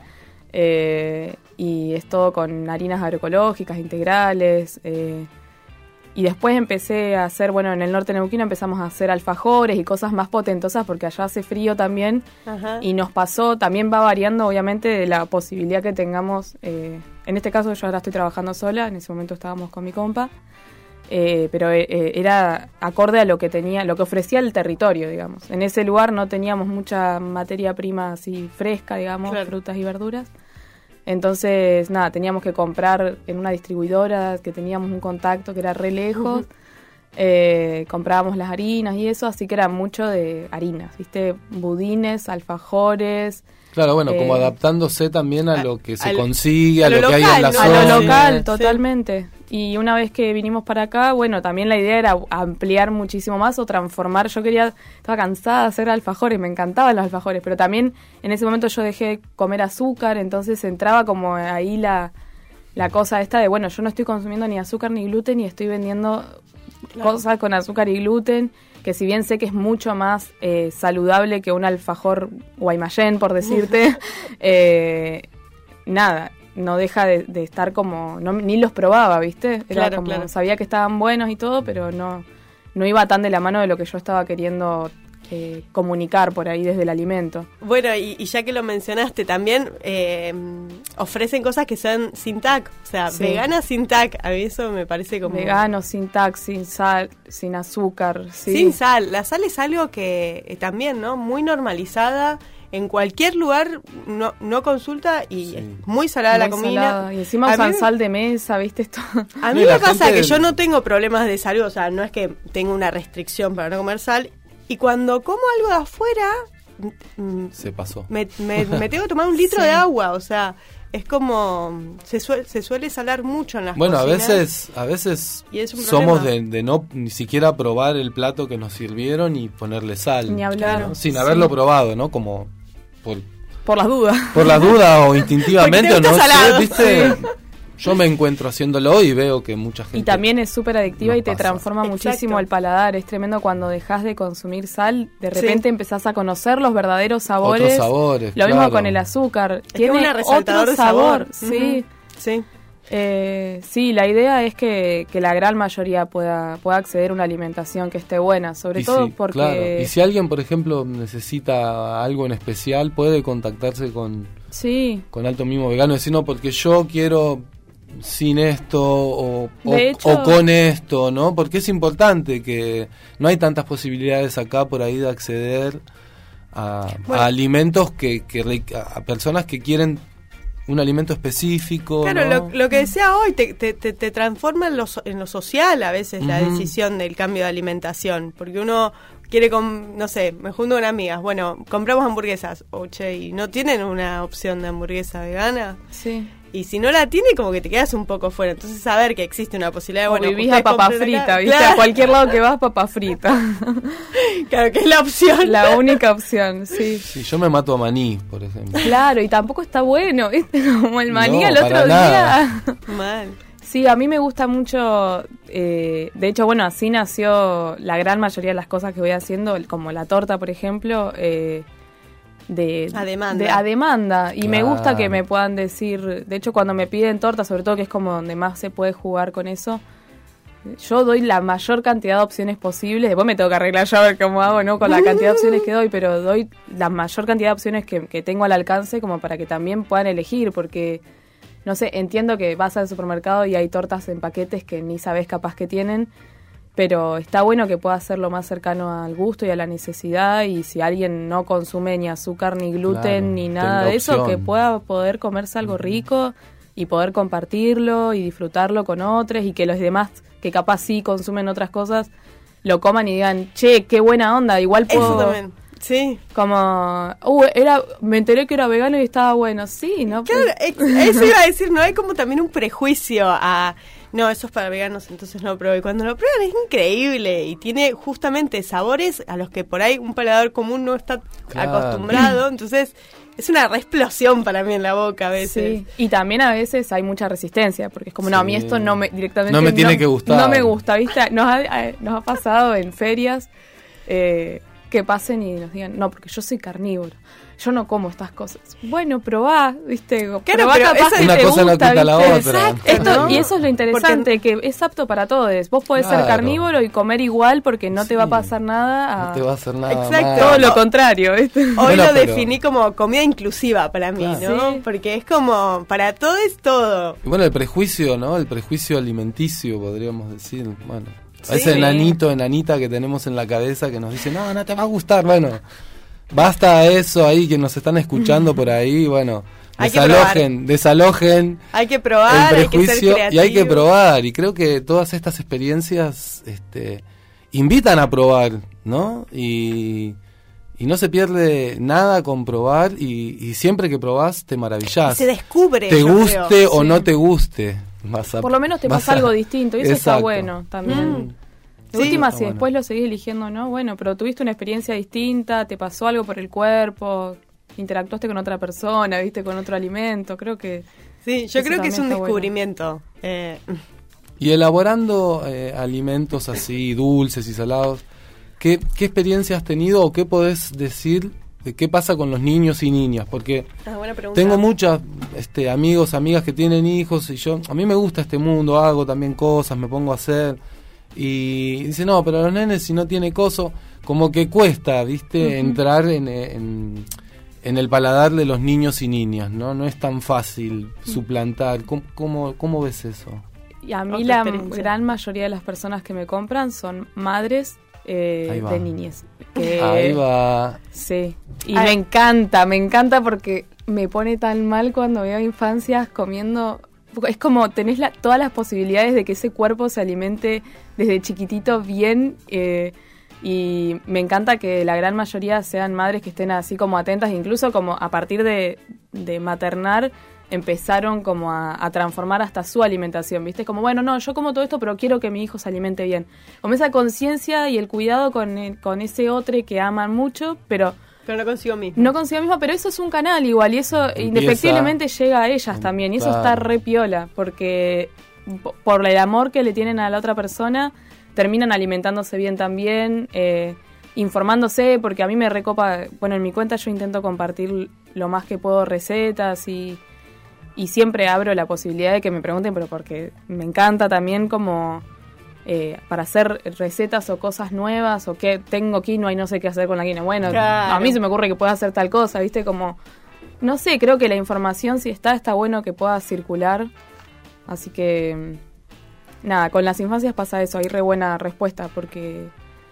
Eh, y es todo con harinas agroecológicas, integrales. Eh, y después empecé a hacer, bueno, en el norte neuquino empezamos a hacer alfajores y cosas más potentosas porque allá hace frío también. Ajá. Y nos pasó, también va variando obviamente de la posibilidad que tengamos. Eh, en este caso yo ahora estoy trabajando sola, en ese momento estábamos con mi compa. Eh, pero eh, eh, era acorde a lo que tenía, lo que ofrecía el territorio, digamos. En ese lugar no teníamos mucha materia prima así fresca, digamos, Claro. frutas y verduras. Entonces, nada, teníamos que comprar en una distribuidora que teníamos un contacto que era re lejos. Eh, comprábamos las harinas y eso, así que era mucho de harinas, ¿viste? Budines, alfajores. Claro, bueno, como Eh, adaptándose también a lo que se al- consigue, a, a lo lo que hay local, en la ¿no? A zona. lo local, Sí. totalmente. Y una vez que vinimos para acá, bueno, también la idea era ampliar muchísimo más o transformar. Yo quería, estaba cansada de hacer alfajores, me encantaban los alfajores, pero también en ese momento yo dejé de comer azúcar, entonces entraba como ahí la, la cosa esta de, bueno, yo no estoy consumiendo ni azúcar ni gluten y estoy vendiendo claro. cosas con azúcar y gluten, que si bien sé que es mucho más eh, saludable que un alfajor guaymallén, por decirte, eh, nada, no deja de, de estar como, no, ni los probaba, ¿viste? Era claro, como, claro. sabía que estaban buenos y todo, pero no, no iba tan de la mano de lo que yo estaba queriendo eh, comunicar por ahí desde el alimento. Bueno, y, y ya que lo mencionaste, también eh, ofrecen cosas que son sin T A C, o sea, Sí. veganas sin T A C, a mí eso me parece como... Vegano, sin tax, sin sal, sin azúcar, sí. Sin sal, la sal es algo que eh, también, ¿no? Muy normalizada. En cualquier lugar no, no consulta y Sí. es muy salada Muy la comida. salada. Y encima A usan mí- sal de mesa, ¿viste? Esto. A mí Sí, me la pasa gente- que yo no tengo problemas de salud, o sea, no es que tengo una restricción para no comer sal. Y cuando como algo de afuera, mm, Se pasó. me, me, me tengo que tomar un litro Sí. de agua, o sea, es como... Se, suele se suele salar mucho en las Bueno, a cocinas. veces, a veces Y es un somos de, problema. de no ni siquiera probar el plato que nos sirvieron y ponerle sal. Ni hablar. ¿no? Sin Sí. haberlo probado, ¿no? Como por, Por las dudas. por la duda o instintivamente, Porque te o no gusta salado. sé, ¿viste? Yo me encuentro haciéndolo y veo que mucha gente... Y también es súper adictiva nos y te pasa. transforma Exacto. muchísimo el paladar. Es tremendo cuando dejas de consumir sal, de repente empezás a conocer los verdaderos sabores. Otros sabores, Lo mismo claro. con el azúcar. que Tiene una resaltador otro de sabor. sabor. Sí. Ujú. Sí. Eh, sí, la idea es que, que la gran mayoría pueda, pueda acceder a una alimentación que esté buena, sobre Y todo sí, porque... claro. Y si alguien, por ejemplo, necesita algo en especial, puede contactarse con, Sí, con Alto Mimo Vegano y decir, no, porque yo quiero sin esto o, o, De hecho- o con esto, ¿no? Porque es importante que no hay tantas posibilidades acá por ahí de acceder a, Bueno. a alimentos que, que re- a personas que quieren un alimento específico. Claro, ¿no? lo, lo que decía hoy te, te, te, te transforma en lo, so- en lo social a veces la Ujú. decisión del cambio de alimentación, porque uno quiere, com- no sé, me junto con amigas, bueno, compramos hamburguesas, o che, y no tienen una opción de hamburguesa vegana, sí. y si no la tiene como que te quedas un poco fuera, entonces saber que existe una posibilidad, O bueno, vivís ustedes a papa compren acá. frita, ¿viste? Claro, A cualquier lado que vas, papa frita. claro, que es la opción. La única opción, sí. Sí, yo me mato a maní, por ejemplo. Claro, y tampoco está bueno, ¿viste? Como el maní No, al para otro nada. día. Mal. Sí, a mí me gusta mucho, eh, de hecho, bueno, así nació la gran mayoría de las cosas que voy haciendo, el- como la torta, por ejemplo, eh, de, A demanda. de- a demanda. Y me gusta Claro. que me puedan decir, de hecho, cuando me piden torta, sobre todo que es como donde más se puede jugar con eso, yo doy la mayor cantidad de opciones posibles. Después me tengo que arreglar yo a ver cómo hago, ¿no? Con la cantidad de opciones que doy, pero doy la mayor cantidad de opciones que, que tengo al alcance como para que también puedan elegir, porque, no sé, entiendo que vas al supermercado y hay tortas en paquetes que ni sabes capaz que tienen, pero está bueno que pueda ser lo más cercano al gusto y a la necesidad, y si alguien no consume ni azúcar, ni gluten, Claro, ni tenga nada de eso, que opción. pueda poder comerse algo rico y poder compartirlo y disfrutarlo con otros, y que los demás que capaz sí consumen otras cosas lo coman y digan, che, qué buena onda, igual puedo... Eso también, sí. Como, uh, era, me enteré que era vegano y estaba bueno, sí, ¿no? Claro, ex- eso iba a decir, no hay como también un prejuicio a, no, eso es para veganos, entonces no lo pruebo. Y cuando lo prueban es increíble y tiene justamente sabores a los que por ahí un paladar común no está Claro. acostumbrado, entonces es una re explosión para mí en la boca a veces. Sí, y también a veces hay mucha resistencia, porque es como, no, a mí Sí. esto no me directamente No me tiene que gustar. No me gusta, ¿viste? Nos ha, eh, nos ha pasado en ferias eh, que pasen y nos digan, no, porque yo soy carnívoro, yo no como estas cosas. Bueno, probá, ¿viste? Probá pero capaz esa- que Una te cosa no gusta, quita la ¿viste? otra. Exacto. Esto, ¿no? Y eso es lo interesante, que es apto para todos. Vos podés ser Claro. carnívoro y comer igual porque no te Sí. va a pasar nada. A... No te va a hacer nada Exacto. mal. Todo lo contrario, ¿viste? Hoy Bueno, lo pero- definí como comida inclusiva para mí, Claro. ¿no? Sí. Porque es como, para todo es todo. Y bueno, el prejuicio, ¿no? El prejuicio alimenticio, podríamos decir. Bueno, Sí. ese enanito, enanita que tenemos en la cabeza que nos dice, no, no te va a gustar. Bueno, basta eso ahí, que nos están escuchando por ahí. Bueno, Hay que desalojen, desalojen Hay que probar, el hay que ser prejuicio creativo. y hay que probar. Y creo que todas estas experiencias este, invitan a probar, ¿no? Y, y no se pierde nada con probar y, y siempre que probás te maravillás. Se descubre. Te yo guste creo. o Sí. no te guste. Vas a- Por lo menos te vas pasa a- algo distinto, y eso está Exacto. bueno también. Mm. De Sí, última, está si bueno. después lo seguís eligiendo, ¿no? Bueno, pero tuviste una experiencia distinta, te pasó algo por el cuerpo, interactuaste con otra persona, viste, con otro alimento, creo que... Sí, yo Eso creo que es también un está bueno. descubrimiento. Eh, Y elaborando eh, alimentos así, dulces y salados, ¿qué, ¿qué experiencia has tenido o qué podés decir de qué pasa con los niños y niñas? Porque ah, buena pregunta. tengo muchos este, amigos, amigas que tienen hijos y yo, a mí me gusta este mundo, hago también cosas, me pongo a hacer y dice, no, pero los nenes si no tiene coso, como que cuesta, ¿viste? Ujú. Entrar en, en, en el paladar de los niños y niñas, ¿no? No es tan fácil suplantar. ¿Cómo, cómo, cómo ves eso? Y a mí Otra la experiencia. gran mayoría de las personas que me compran son madres eh, Ahí va. de niñez. Que- Ahí va. Sí, y Ay. me encanta, me encanta porque me pone tan mal cuando veo infancias comiendo. Es como tenés la, todas las posibilidades de que ese cuerpo se alimente desde chiquitito bien. eh, y me encanta que la gran mayoría sean madres que estén así como atentas, incluso como a partir de, de maternar empezaron como a, a transformar hasta su alimentación, ¿viste? Como, bueno, no, yo como todo esto, pero quiero que mi hijo se alimente bien. Como esa conciencia y el cuidado con, el- con ese otro que aman mucho, pero Pero no consigo mismo. no consigo mismo, pero eso es un canal igual, y eso Empieza- indefectiblemente llega a ellas también, y eso Claro. está re piola, porque po- por el amor que le tienen a la otra persona, terminan alimentándose bien también, eh, informándose, porque a mí me recopa, bueno, en mi cuenta yo intento compartir lo más que puedo recetas y, y siempre abro la posibilidad de que me pregunten, pero porque me encanta también como eh, para hacer recetas o cosas nuevas o que tengo quinoa y no sé qué hacer con la quinoa. Bueno, Claro. a mí se me ocurre que pueda hacer tal cosa, ¿viste? Como, no sé, creo que la información si está, está bueno que pueda circular. Así que, mm, nada, con las infancias pasa eso, hay re buena respuesta porque,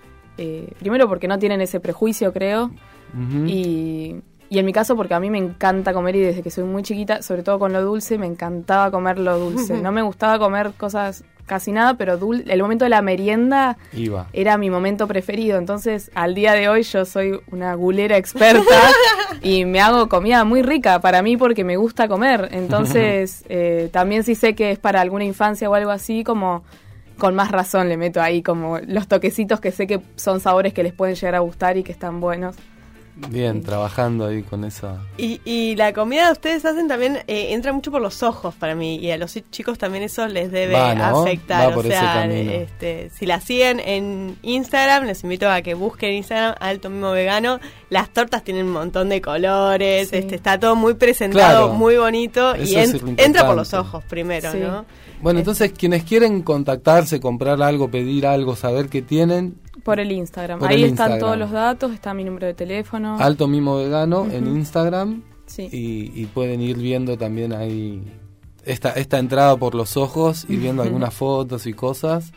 eh, primero porque no tienen ese prejuicio, creo, Ujú. y, y en mi caso porque a mí me encanta comer y desde que soy muy chiquita, sobre todo con lo dulce, me encantaba comer lo dulce. No me gustaba comer cosas casi nada, pero dul- el momento de la merienda Iba. era mi momento preferido. Entonces, al día de hoy yo soy una gulera experta y me hago comida muy rica para mí porque me gusta comer. Entonces, eh, también si sé que es para alguna infancia o algo así, como con más razón le meto ahí como los toquecitos que sé que son sabores que les pueden llegar a gustar y que están buenos. Bien, trabajando ahí con esa... Y, y la comida que ustedes hacen también eh, entra mucho por los ojos para mí, y a los chicos también eso les debe Va, ¿no? afectar. Va por o ese sea, camino. este, si la siguen en Instagram, les invito a que busquen Instagram Alto Mimo Vegano. Las tortas tienen un montón de colores, Sí. este, está todo muy presentado, Claro. muy bonito, Eso y es en- lo entra por los importante. ojos primero, Sí. ¿no? Bueno, entonces quienes quieren contactarse, comprar algo, pedir algo, saber qué tienen, Por el Instagram. Por Ahí el están Instagram. todos los datos, está mi número de teléfono. Alto Mimo Vegano en Ujú. Instagram Sí. y, y pueden ir viendo también ahí esta, esta entrada por los ojos, ir viendo algunas fotos y cosas.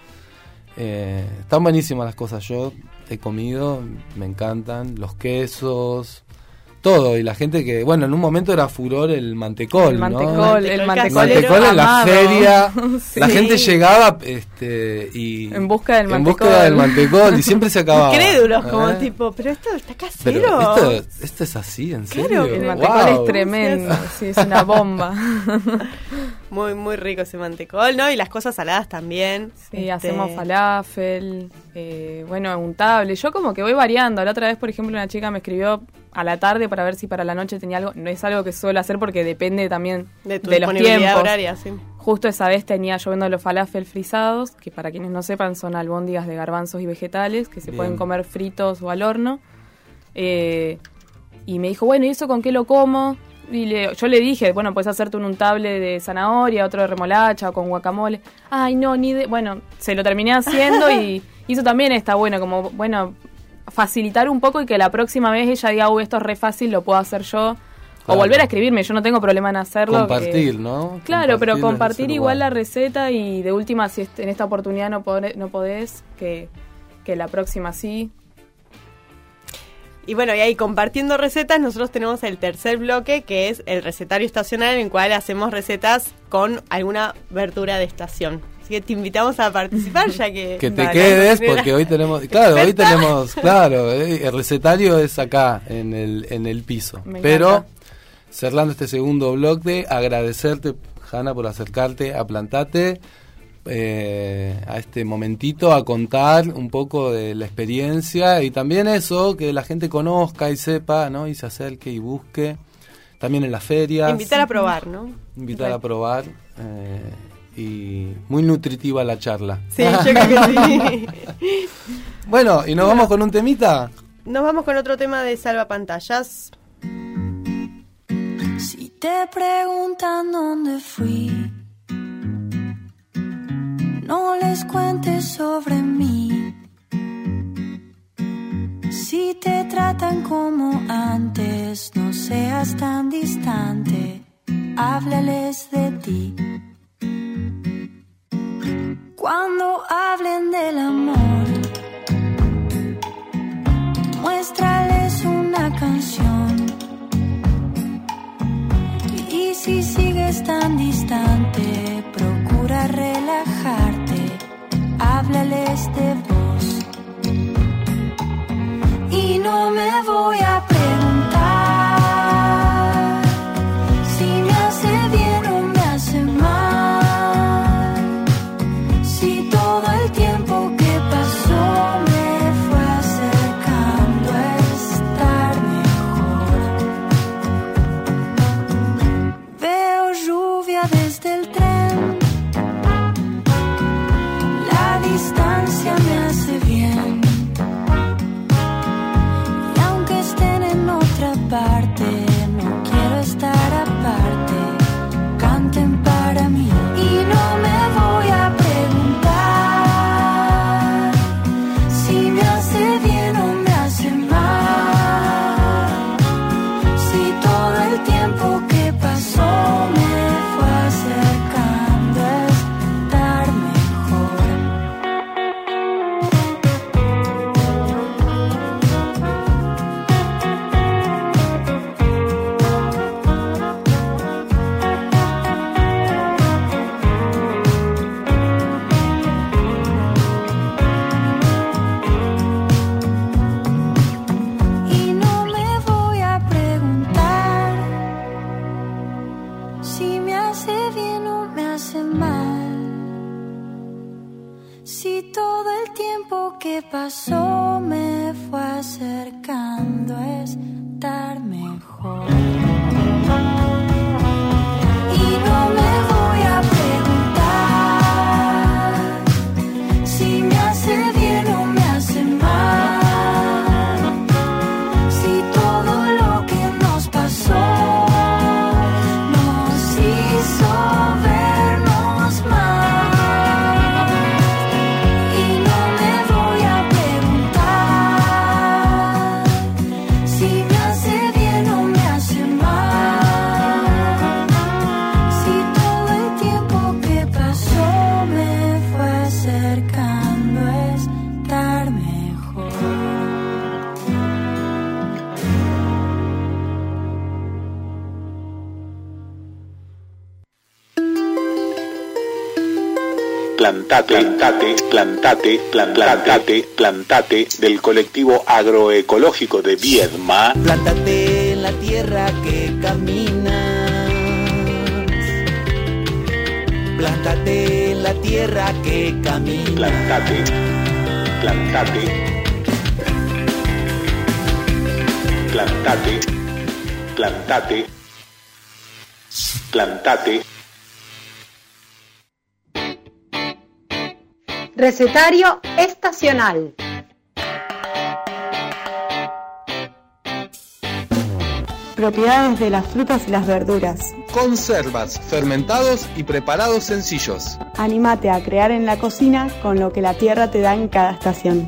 Eh, están buenísimas las cosas, yo he comido, me encantan, los quesos, todo, y la gente que, bueno, en un momento era furor el mantecol, El ¿no? mantecol, el Mantecol mantecol, Mantecol en la amado. feria, Sí. la gente llegaba este y En busca del en mantecol. búsqueda del mantecol y siempre se acababa. Crédulos, como ¿Eh? tipo, pero esto está Pero casero. esto, esto es así, ¿en Claro, serio? el El mantecol Wow. es tremendo, sí, es una bomba. Muy, muy rico ese mantecol, ¿no? Y las cosas saladas también. Sí, Este, hacemos falafel, eh, bueno, untable. Yo como que voy variando. La otra vez, por ejemplo, una chica me escribió a la tarde para ver si para la noche tenía algo. No es algo que suelo hacer porque depende también De tu de los disponibilidad tiempos. horaria, sí. Justo esa vez tenía yo vendo los falafel frisados, que para quienes no sepan son albóndigas de garbanzos y vegetales que se Bien. pueden comer fritos o al horno. Eh, y me dijo, bueno, ¿y eso con qué lo como? Y le- yo le dije, bueno, puedes hacerte un untable de zanahoria, otro de remolacha o con guacamole. Ay, no, ni de... Bueno, se lo terminé haciendo y, y eso también está bueno, como, bueno, facilitar un poco y que la próxima vez ella diga, uy, esto es re fácil, lo puedo hacer yo. O Claro. volver a escribirme, yo no tengo problema en hacerlo. Compartir, que- ¿no? Claro, pero Compartir compartir desde ese igual la lugar. receta y de última, si est- en esta oportunidad no, podré- no podés, que, que la próxima sí. Y bueno, y ahí compartiendo recetas, nosotros tenemos el tercer bloque, que es el recetario estacional, en el cual hacemos recetas con alguna verdura de estación. Así que te invitamos a participar, ya que... Que te Dale, quedes primera. porque hoy tenemos, claro, hoy ¿Experta? tenemos, claro, eh, el recetario es acá en el en el piso. Me Pero encanta. cerrando este segundo bloque, agradecerte Hanna, por acercarte a Plantate, eh, a este momentito, a contar un poco de la experiencia y también eso, que la gente conozca y sepa, ¿no? Y se acerque y busque. También en las ferias. Invitar a probar, ¿no? Invitar a probar. Eh, y muy nutritiva la charla. Sí, yo creo que sí. Bueno, ¿y nos vamos con un temita? Nos vamos con otro tema de Salvapantallas. Si te preguntan dónde fui, no les cuentes sobre mí. Si te tratan como antes, no seas tan distante, háblales de ti. Cuando hablen del amor, muéstrales una canción. Y si sigues tan distante, procura relajarte, háblales de vos. Y no me voy a preguntar si me hace bien o me hace mal, si todo el tiempo que pasó me fue acercando a estar mejor. Veo lluvia desde el tren, la distancia me hace bien. Parte, no quiero estar aparte, canten para mí. Y no me voy a preguntar si me hace bien o me hace mal, si todo el tiempo que pasó me fue acercando a estar mejor. Que pasó me fue acercando a estar mejor. Y no me voy a preguntar si me hace bien o me hace mal, si todo lo que nos pasó nos hizo vernos mal. Plantate, plantate, plantate, plantate, plantate del colectivo agroecológico de Viedma. Plántate en la tierra que caminas. Plántate en la tierra que caminas. Plantate, plantate, plantate, plantate, plantate. Recetario estacional. Propiedades de las frutas y las verduras. Conservas, fermentados y preparados sencillos. Anímate a crear en la cocina con lo que la tierra te da en cada estación.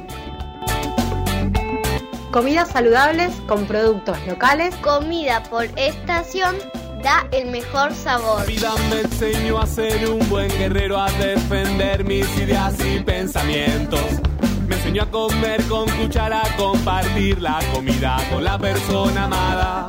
Comidas saludables con productos locales. Comida por estación da el mejor sabor. La vida me enseñó a ser un buen guerrero, a defender mis ideas y pensamientos. Me enseñó a comer con cuchara, a compartir la comida con la persona amada.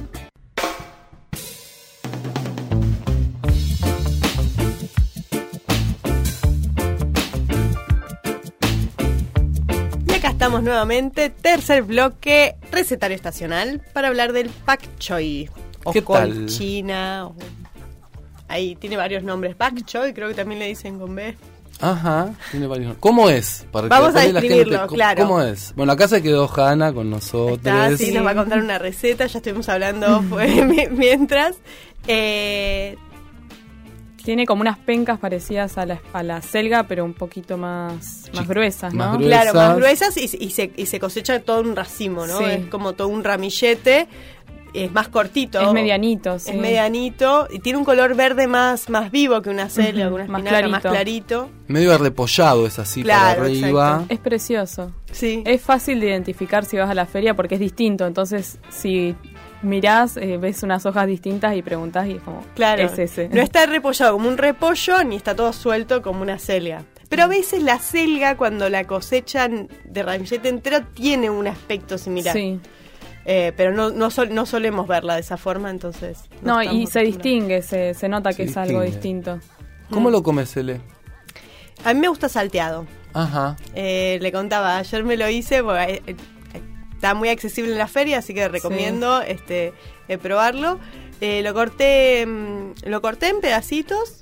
Y acá estamos nuevamente, tercer bloque, recetario estacional, para hablar del pak choi. O ¿Qué tal? colchina. O... ahí tiene varios nombres. Bak choy, creo que también le dicen con B. Ajá, tiene varios nombres. ¿Cómo es? Para Vamos que a la describirlo, gente, claro. ¿Cómo es? Bueno, acá se quedó Hanna con nosotros. Está, sí, nos va a contar una receta, ya estuvimos hablando fue, mientras. Eh, Tiene como unas pencas parecidas a la, a la selga, pero un poquito más, más gruesas, ¿no? Más gruesas. Claro, más gruesas y, y, se, y se cosecha todo un racimo, ¿no? Sí. Es como todo un ramillete, es más cortito. Es medianito, sí. Es medianito y tiene un color verde más, más vivo que una selga, Ujú, una más espinaca más clarito. clarito. Medio arrepollado es así, Claro, para arriba. exacto. Es precioso. Sí. Es fácil de identificar si vas a la feria porque es distinto. Entonces, si mirás, eh, ves unas hojas distintas y preguntás y es como, Claro, es ese. no está repollado como un repollo ni está todo suelto como una selga. Pero a veces la selga, cuando la cosechan de ramillete entero, tiene un aspecto similar. Sí. Eh, pero no no, sol, no solemos verla de esa forma, entonces... No, y estamos se acostumbrados. distingue, se, se nota que Se es algo distingue. distinto. ¿Cómo Mm. lo comes, Ele? A mí me gusta salteado. Ajá. Eh, le contaba, ayer me lo hice porque eh, eh, está muy accesible en la feria, así que recomiendo este eh, probarlo. Eh, lo corté mm, lo corté en pedacitos,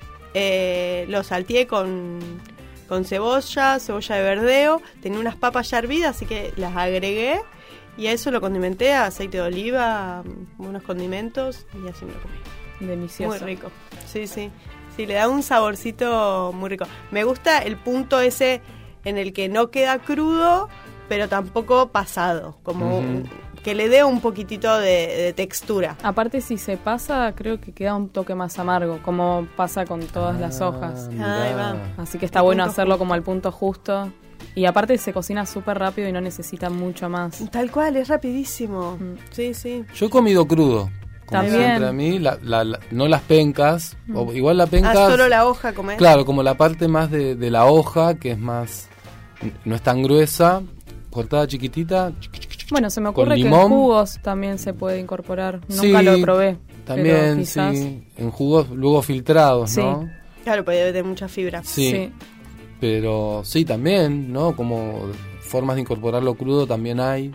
eh, lo salteé con, con cebolla, cebolla de verdeo, tenía unas papas ya hervidas, así que las agregué y a eso lo condimenté a aceite de oliva, mm, unos condimentos y así me lo comí. Delicioso. Muy rico, sí, sí. Sí, le da un saborcito muy rico. Me gusta el punto ese en el que no queda crudo, pero tampoco pasado, como Ujú. un- que le dé un poquitito de, de textura. Aparte, si se pasa, creo que queda un toque más amargo, como pasa con todas Ah, las hojas. mirá. Ahí va. Así que está El bueno punto hacerlo justo. como al punto justo. Y aparte se cocina súper rápido y no necesita mucho más. Tal cual, es rapidísimo. Mm. Sí, sí. Yo he comido crudo. Como También. siempre a mí, la, la- la- no las pencas, o igual la penca... Ah, solo la hoja comer. Claro, como la parte más de, de la hoja, que es más... No es tan gruesa, cortada chiquitita. Bueno, se me Con ocurre que en limón. jugos también se puede incorporar. Nunca Sí, lo probé. pero También, quizás- sí. En jugos luego filtrados, Sí. ¿no? Claro, porque debe tener mucha fibra. Sí. Sí. Pero sí, también, ¿no? Como formas de incorporarlo crudo también hay.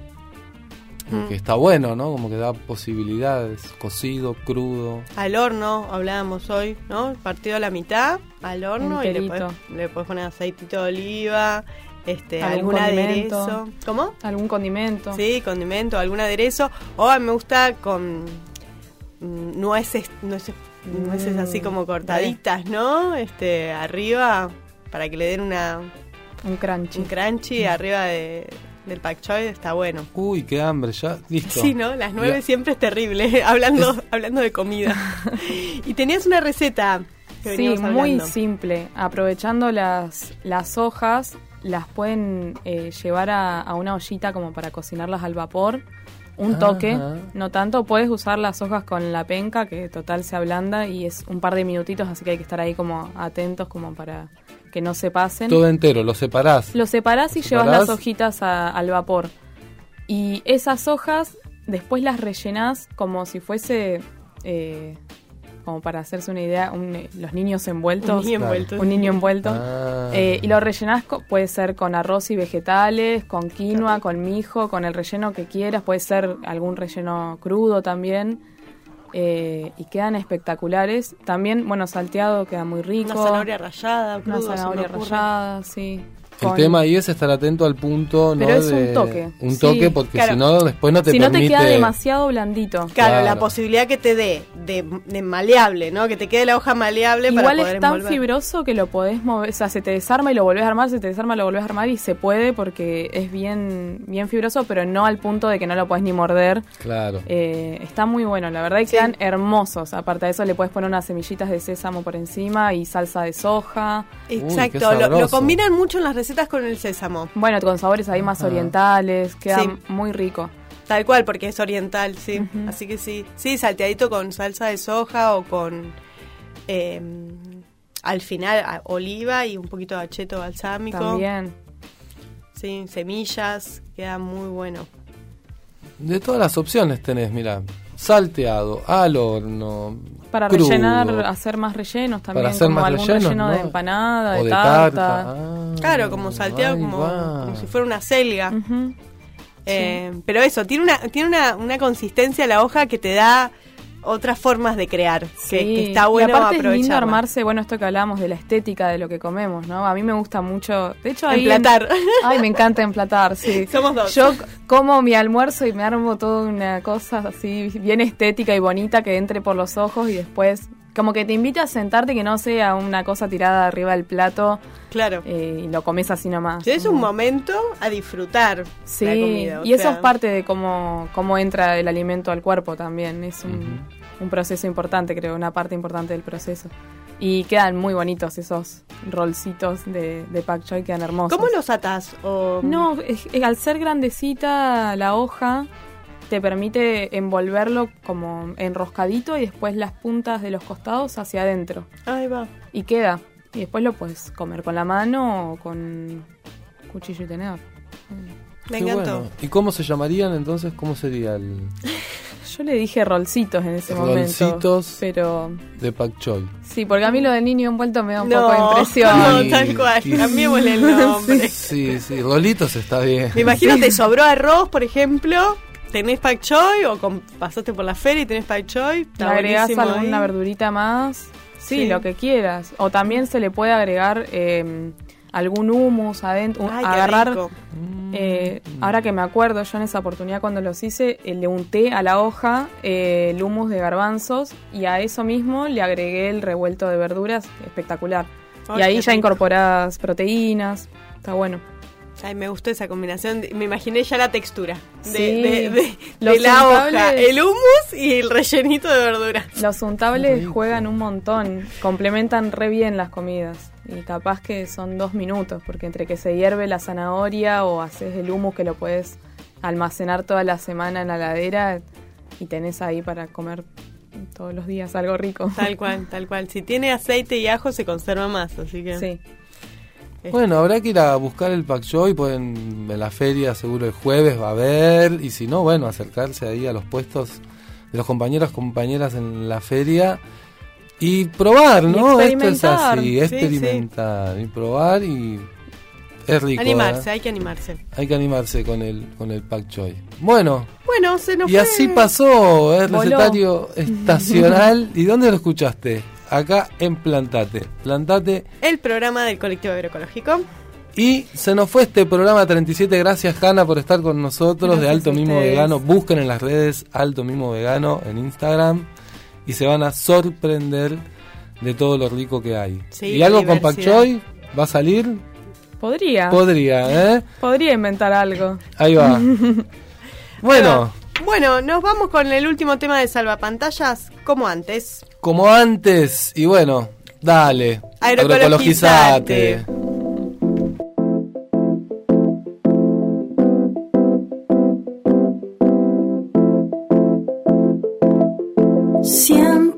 Mm. Que está bueno, ¿no? Como que da posibilidades. Cocido, crudo. Al horno, hablábamos hoy, ¿no? Partido a la mitad, al horno y le Enterito. puedes, le puedes poner aceitito de oliva, este, Algún algún condimento. aderezo. ¿Cómo? Algún condimento. Sí, condimento, algún aderezo. O a mí me gusta con mm, nueces, nueces, nueces así como cortaditas, ¿no? Este, arriba, para que le den una Un crunchy. un crunchy arriba de, del pak choy, está bueno. Uy, qué hambre, ya. Listo. Sí, ¿no? Las nueve Ya. siempre es terrible, hablando, hablando de comida. Y tenías una receta que Sí, veníamos muy hablando. simple. Aprovechando las, las hojas, las pueden eh, llevar a, a una ollita como para cocinarlas al vapor. Un toque, Ajá. no tanto. Puedes usar las hojas con la penca, que total se ablanda y es un par de minutitos, así que hay que estar ahí como atentos como para que no se pasen. Todo entero, lo separás. Lo separás y Lo llevas separás. las hojitas a- al vapor. Y esas hojas después las rellenás como si fuese, eh, como para hacerse una idea, un- los niños envueltos. Un niño envuelto. Un niño envuelto. Ah. Eh, y lo rellenás, co- puede ser con arroz y vegetales, con quinoa, con mijo, con el relleno que quieras. Puede ser algún relleno crudo también. Eh, y quedan espectaculares. También, bueno, salteado queda muy rico. Una zanahoria rallada, Una crudo, se me zanahoria ocurre. rallada, sí. El Con- tema ahí es estar atento al punto, ¿no? Pero es de- un toque. Un Sí, toque porque claro. si no, después no te si no permite... te queda demasiado blandito. Claro, Claro. la posibilidad que te dé de, de maleable, ¿no? Que te quede la hoja maleable para Igual poder es tan envolver. fibroso que lo podés mover, o sea, se te desarma y lo volvés a armar, se te desarma y lo volvés a armar y se puede porque es bien bien fibroso, pero no al punto de que no lo podés ni morder. Claro. Eh, está muy bueno, la verdad, y Sí. quedan hermosos. Aparte de eso, le puedes poner unas semillitas de sésamo por encima y salsa de soja. Exacto, Uy, qué lo, lo sabroso. combinan mucho en las recetas con el sésamo. Bueno, con sabores ahí más orientales, queda Sí. muy rico. Tal cual, porque es oriental, sí. Ujú. Así que sí. Sí, salteadito con salsa de soja o con, eh, al final, a- oliva y un poquito de acheto balsámico. También. Sí, semillas, queda muy bueno. De todas las opciones tenés, mira, salteado, al horno, Para crudo, rellenar, hacer más rellenos también, para hacer como más algún rellenos, relleno de ¿no? empanada, o de, de tarta. tarta. Ah, Claro, como salteado, ahí como, va. como si fuera una selga. Ujú. Eh, Pero eso, tiene una tiene una, una consistencia la hoja que te da otras formas de crear, Sí, que, que está bueno y aparte aprovechar. es lindo armarse, bueno, esto que hablábamos de la estética de lo que comemos, ¿no? A mí me gusta mucho, de hecho ahí Emplatar. en- ay, me encanta emplatar, sí. Somos dos. Yo c- como mi almuerzo y me armo toda una cosa así bien estética y bonita que entre por los ojos y después como que te invita a sentarte, que no sea una cosa tirada arriba del plato. Claro. Eh, y lo comes así nomás. Es un momento a disfrutar Sí, la comida. o y eso sea, es parte de cómo, cómo entra el alimento al cuerpo también. Es un, un proceso importante, creo, una parte importante del proceso. Y quedan muy bonitos esos rolcitos de, de pak choi, quedan hermosos. ¿Cómo los atás? O... No, es- es- al ser grandecita la hoja, te permite envolverlo como enroscadito y después las puntas de los costados hacia adentro. Ahí va. Y queda. Y después lo puedes comer con la mano o con cuchillo y tenedor. Me Qué encantó. bueno. ¿Y cómo se llamarían entonces? ¿Cómo sería el Yo le dije rolcitos en ese momento. Rolcitos Pero de pak choi? sí, porque a mí lo del niño envuelto me da un No, poco de impresión. no, Y- tal cual. y- Cambiémosle el nombre. Sí, sí, rolitos está bien. Me imagino te sobró arroz, por ejemplo, tenés pak choi o con- pasaste por la feria y tenés pak choi. Le Está agregás buenísimo alguna ahí. verdurita más. Sí, Sí. lo que quieras. O también se le puede agregar eh, algún hummus adentro. un- Ay, qué agarrar. rico. eh, ahora que me acuerdo, yo en esa oportunidad cuando los hice, eh, le unté a la hoja eh, el hummus de garbanzos y a eso mismo le agregué el revuelto de verduras. Espectacular. Ay, y ahí qué ya rico. incorporás proteínas. Está bueno. Ay, me gustó esa combinación. de- Me imaginé ya la textura de, Sí. de, de- Los de la hoja, untables- el hummus y el rellenito de verduras. Los untables juegan un montón, complementan re bien las comidas y capaz que son dos minutos, porque entre que se hierve la zanahoria o haces el hummus que lo puedes almacenar toda la semana en la heladera y tenés ahí para comer todos los días algo rico. Tal cual, tal cual. Si tiene aceite y ajo se conserva más, así que... Sí. Bueno, habrá que ir a buscar el pak choi, pueden en la feria seguro el jueves va a haber, y si no, bueno, acercarse ahí a los puestos de los compañeros compañeras en la feria y probar, Y ¿no? Esto es experimentar. así, Sí, experimentar y probar y es rico. Animarse, ¿eh? hay que animarse. Hay que animarse con el con el pak choi. Bueno, Bueno, se nos y fue. así pasó, el Voló. recetario estacional. ¿Y dónde lo escuchaste? Acá en Plantate. Plantate. El programa del colectivo agroecológico. Y se nos fue este programa treinta y siete. Gracias, Hanna, por estar con nosotros. Gracias de Alto a Mimo ustedes. Vegano. Busquen en las redes Alto Mimo Vegano en Instagram y se van a sorprender de todo lo rico que hay. Sí, ¿Y la algo con pak diversidad. choi? ¿Va a salir? Podría. Podría, ¿eh? Podría inventar algo. Ahí va. Bueno, Bueno, nos vamos con el último tema de Salvapantallas, como antes. como antes. Y bueno, dale. Agroecologizate. Agroecologizate. Siempre